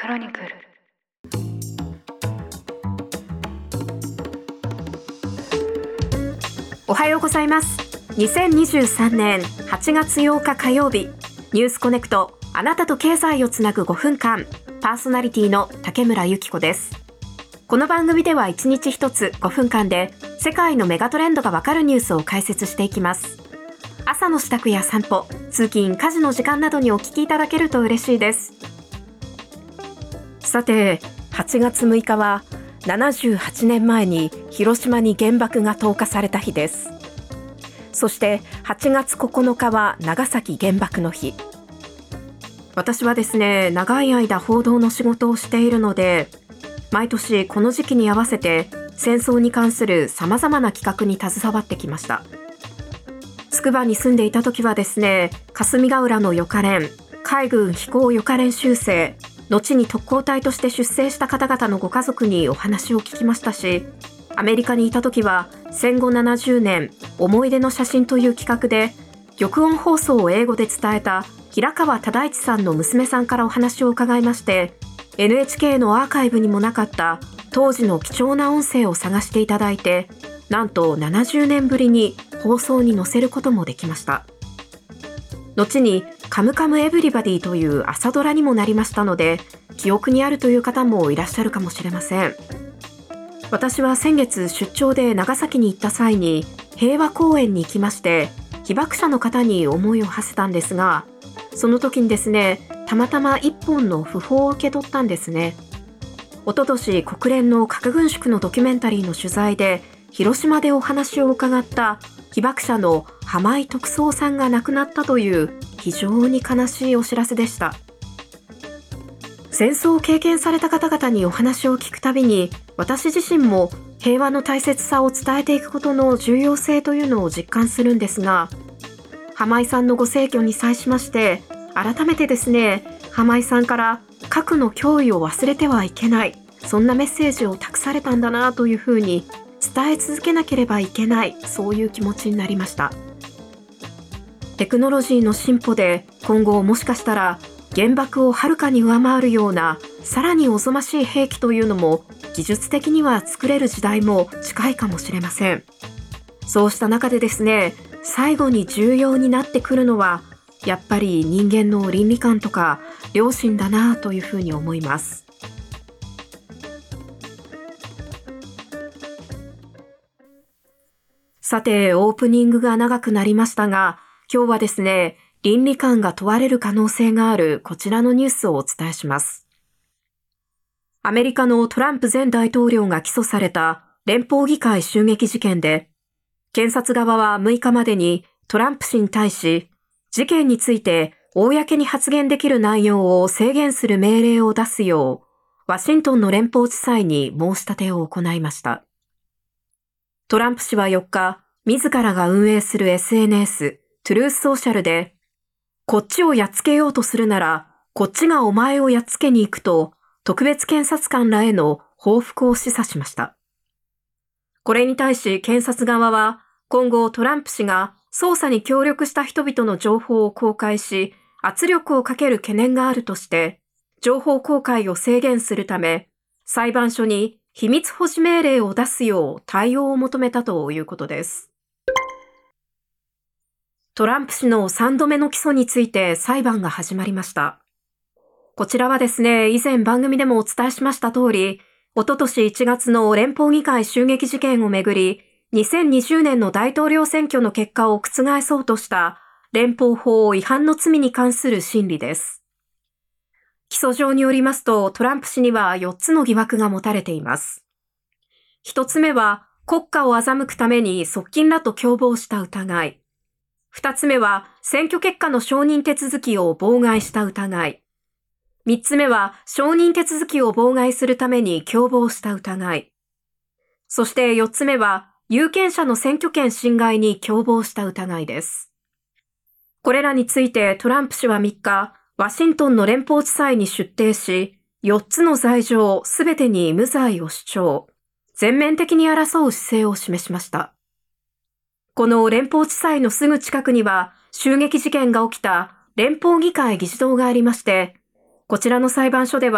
クロニクル。 おはようございます。2023年8月8日火曜日、ニュースコネクト、あなたと経済をつなぐ5分間、パーソナリティの竹村由紀子です。この番組では1日1つ5分間で世界のメガトレンドがわかるニュースを解説していきます。朝の支度や散歩、通勤・家事の時間などにお聞きいただけると嬉しいです。さて、8月6日は78年前に広島に原爆が投下された日です。そして8月9日は長崎原爆の日。私はですね、長い間報道の仕事をしているので、毎年この時期に合わせて戦争に関する様々な企画に携わってきました。つくばに住んでいた時はですね、霞ヶ浦の予科練、海軍飛行予科練修正、後に特攻隊として出征した方々のご家族にお話を聞きましたし、アメリカにいた時は戦後70年思い出の写真という企画で、玉音放送を英語で伝えた平川忠一さんの娘さんからお話を伺いまして、NHK のアーカイブにもなかった当時の貴重な音声を探していただいて、なんと70年ぶりに放送に載せることもできました。後にカムカムエヴリバディという朝ドラにもなりましたので、記憶にあるという方もいらっしゃるかもしれません。私は先月出張で長崎に行った際に平和公園に行きまして、被爆者の方に思いを馳せたんですが、その時にですね、たまたま一本の訃報を受け取ったんですね。おととし国連の核軍縮のドキュメンタリーの取材で広島でお話を伺った被爆者の浜井徳三さんが亡くなったという非常に悲しいお知らせでした。戦争を経験された方々にお話を聞くたびに、私自身も平和の大切さを伝えていくことの重要性というのを実感するんですが、浜井さんのご逝去に際しまして改めてですね、浜井さんから核の脅威を忘れてはいけない、そんなメッセージを託されたんだなというふうに伝え続けなければいけない、そういう気持ちになりました。テクノロジーの進歩で今後もしかしたら原爆をはるかに上回るようなさらにおぞましい兵器というのも技術的には作れる時代も近いかもしれません。そうした中でですね、最後に重要になってくるのはやっぱり人間の倫理観とか良心だなというふうに思います。さて、オープニングが長くなりましたが、今日はですね、倫理観が問われる可能性があるこちらのニュースをお伝えします。アメリカのトランプ前大統領が起訴された連邦議会襲撃事件で、検察側は6日までにトランプ氏に対し、事件について公に発言できる内容を制限する命令を出すよう、ワシントンの連邦地裁に申し立てを行いました。トランプ氏は4日、自らが運営する SNS、トゥルースソーシャルで、こっちをやっつけようとするなら、こっちがお前をやっつけに行くと、特別検察官らへの報復を示唆しました。これに対し検察側は、今後トランプ氏が捜査に協力した人々の情報を公開し、圧力をかける懸念があるとして、情報公開を制限するため、裁判所に秘密保持命令を出すよう対応を求めたということです。トランプ氏の3度目の起訴について裁判が始まりました。こちらはですね、以前番組でもお伝えしました通り、おととし1月の連邦議会襲撃事件をめぐり、2020年の大統領選挙の結果を覆そうとした連邦法違反の罪に関する審理です。起訴状によりますと、トランプ氏には4つの疑惑が持たれています。1つ目は、国家を欺くために側近らと共謀した疑い。2つ目は、選挙結果の承認手続きを妨害した疑い。3つ目は、承認手続きを妨害するために共謀した疑い。そして4つ目は、有権者の選挙権侵害に共謀した疑いです。これらについてトランプ氏は3日、ワシントンの連邦地裁に出廷し、4つの罪状すべてに無罪を主張、全面的に争う姿勢を示しました。この連邦地裁のすぐ近くには、襲撃事件が起きた連邦議会議事堂がありまして、こちらの裁判所では、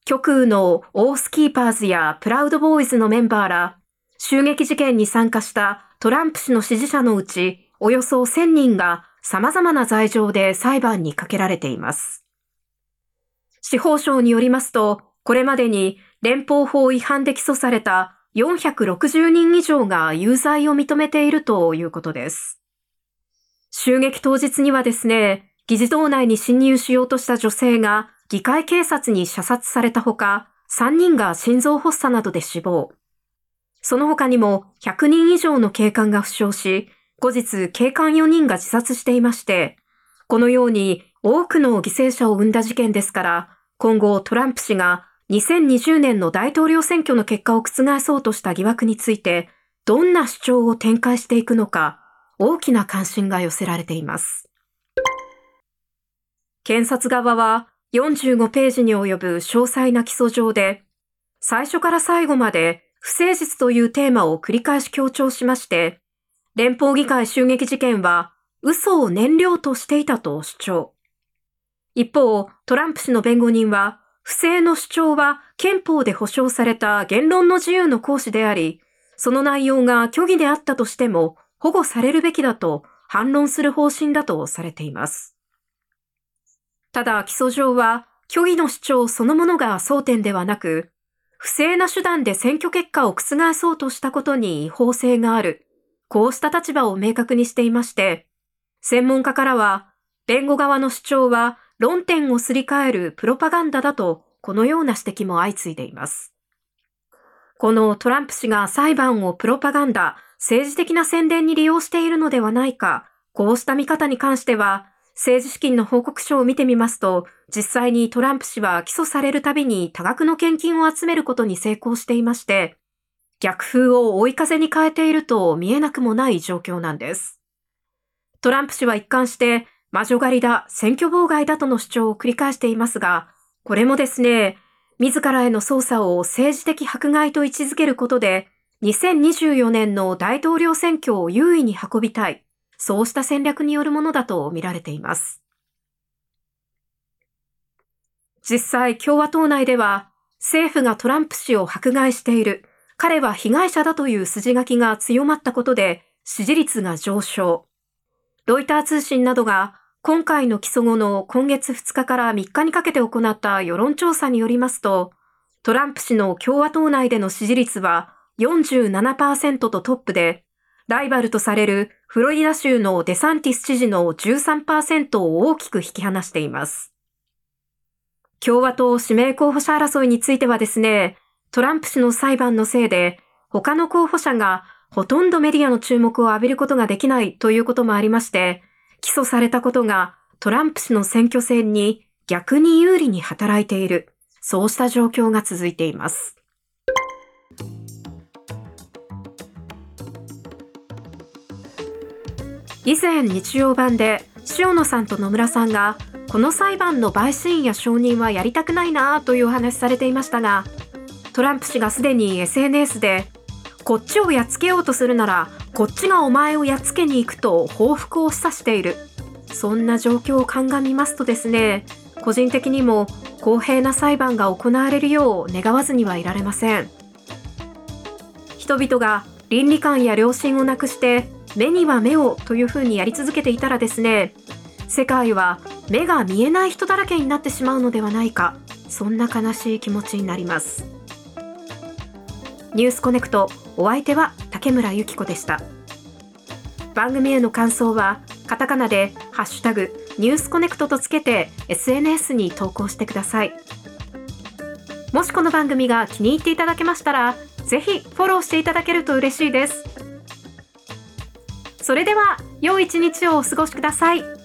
極右のオースキーパーズやプラウドボーイズのメンバーら、襲撃事件に参加したトランプ氏の支持者のうち、およそ1000人が様々な罪状で裁判にかけられています。司法省によりますと、これまでに連邦法違反で起訴された460人以上が有罪を認めているということです。襲撃当日にはですね、議事堂内に侵入しようとした女性が議会警察に射殺されたほか、3人が心臓発作などで死亡。その他にも100人以上の警官が負傷し、後日警官4人が自殺していまして、このように多くの犠牲者を生んだ事件ですから、今後トランプ氏が2020年の大統領選挙の結果を覆そうとした疑惑について、どんな主張を展開していくのか、大きな関心が寄せられています。検察側は45ページに及ぶ詳細な起訴状で、最初から最後まで不誠実というテーマを繰り返し強調しまして、連邦議会襲撃事件は嘘を燃料としていたと主張。一方、トランプ氏の弁護人は、不正の主張は憲法で保障された言論の自由の行使であり、その内容が虚偽であったとしても保護されるべきだと反論する方針だとされています。ただ、起訴状は虚偽の主張そのものが争点ではなく、不正な手段で選挙結果を覆そうとしたことに違法性がある、こうした立場を明確にしていまして、専門家からは、弁護側の主張は論点をすり替えるプロパガンダだと、このような指摘も相次いでいます。このトランプ氏が裁判をプロパガンダ、政治的な宣伝に利用しているのではないか、こうした見方に関しては、政治資金の報告書を見てみますと、実際にトランプ氏は起訴されるたびに多額の献金を集めることに成功していまして、逆風を追い風に変えていると見えなくもない状況なんです。トランプ氏は一貫して魔女狩りだ、選挙妨害だとの主張を繰り返していますが、これもですね、自らへの捜査を政治的迫害と位置づけることで、2024年の大統領選挙を優位に運びたい、そうした戦略によるものだと見られています。実際、共和党内では、政府がトランプ氏を迫害している、彼は被害者だという筋書きが強まったことで、支持率が上昇。ロイター通信などが、今回の起訴後の今月2日から3日にかけて行った世論調査によりますと、トランプ氏の共和党内での支持率は 47% とトップで、ライバルとされるフロリダ州のデサンティス知事の 13% を大きく引き離しています。共和党指名候補者争いについてはですね、トランプ氏の裁判のせいで、他の候補者がほとんどメディアの注目を浴びることができないということもありまして、起訴されたことがトランプ氏の選挙戦に逆に有利に働いている、そうした状況が続いています。以前日曜版で塩野さんと野村さんがこの裁判の陪審員や証人はやりたくないなというお話されていましたが、トランプ氏がすでに SNS でこっちをやっつけようとするならこっちがお前をやっつけに行くと報復を示唆している。そんな状況を鑑みますとですね、個人的にも公平な裁判が行われるよう願わずにはいられません。人々が倫理観や良心をなくして目には目をというふうにやり続けていたらですね、世界は目が見えない人だらけになってしまうのではないか、そんな悲しい気持ちになります。ニュースコネクト、お相手は竹村由紀子でした。番組への感想はカタカナでハッシュタグニュースコネクトとつけて SNS に投稿してください。もしこの番組が気に入っていただけましたら、ぜひフォローしていただけると嬉しいです。それでは良い一日をお過ごしください。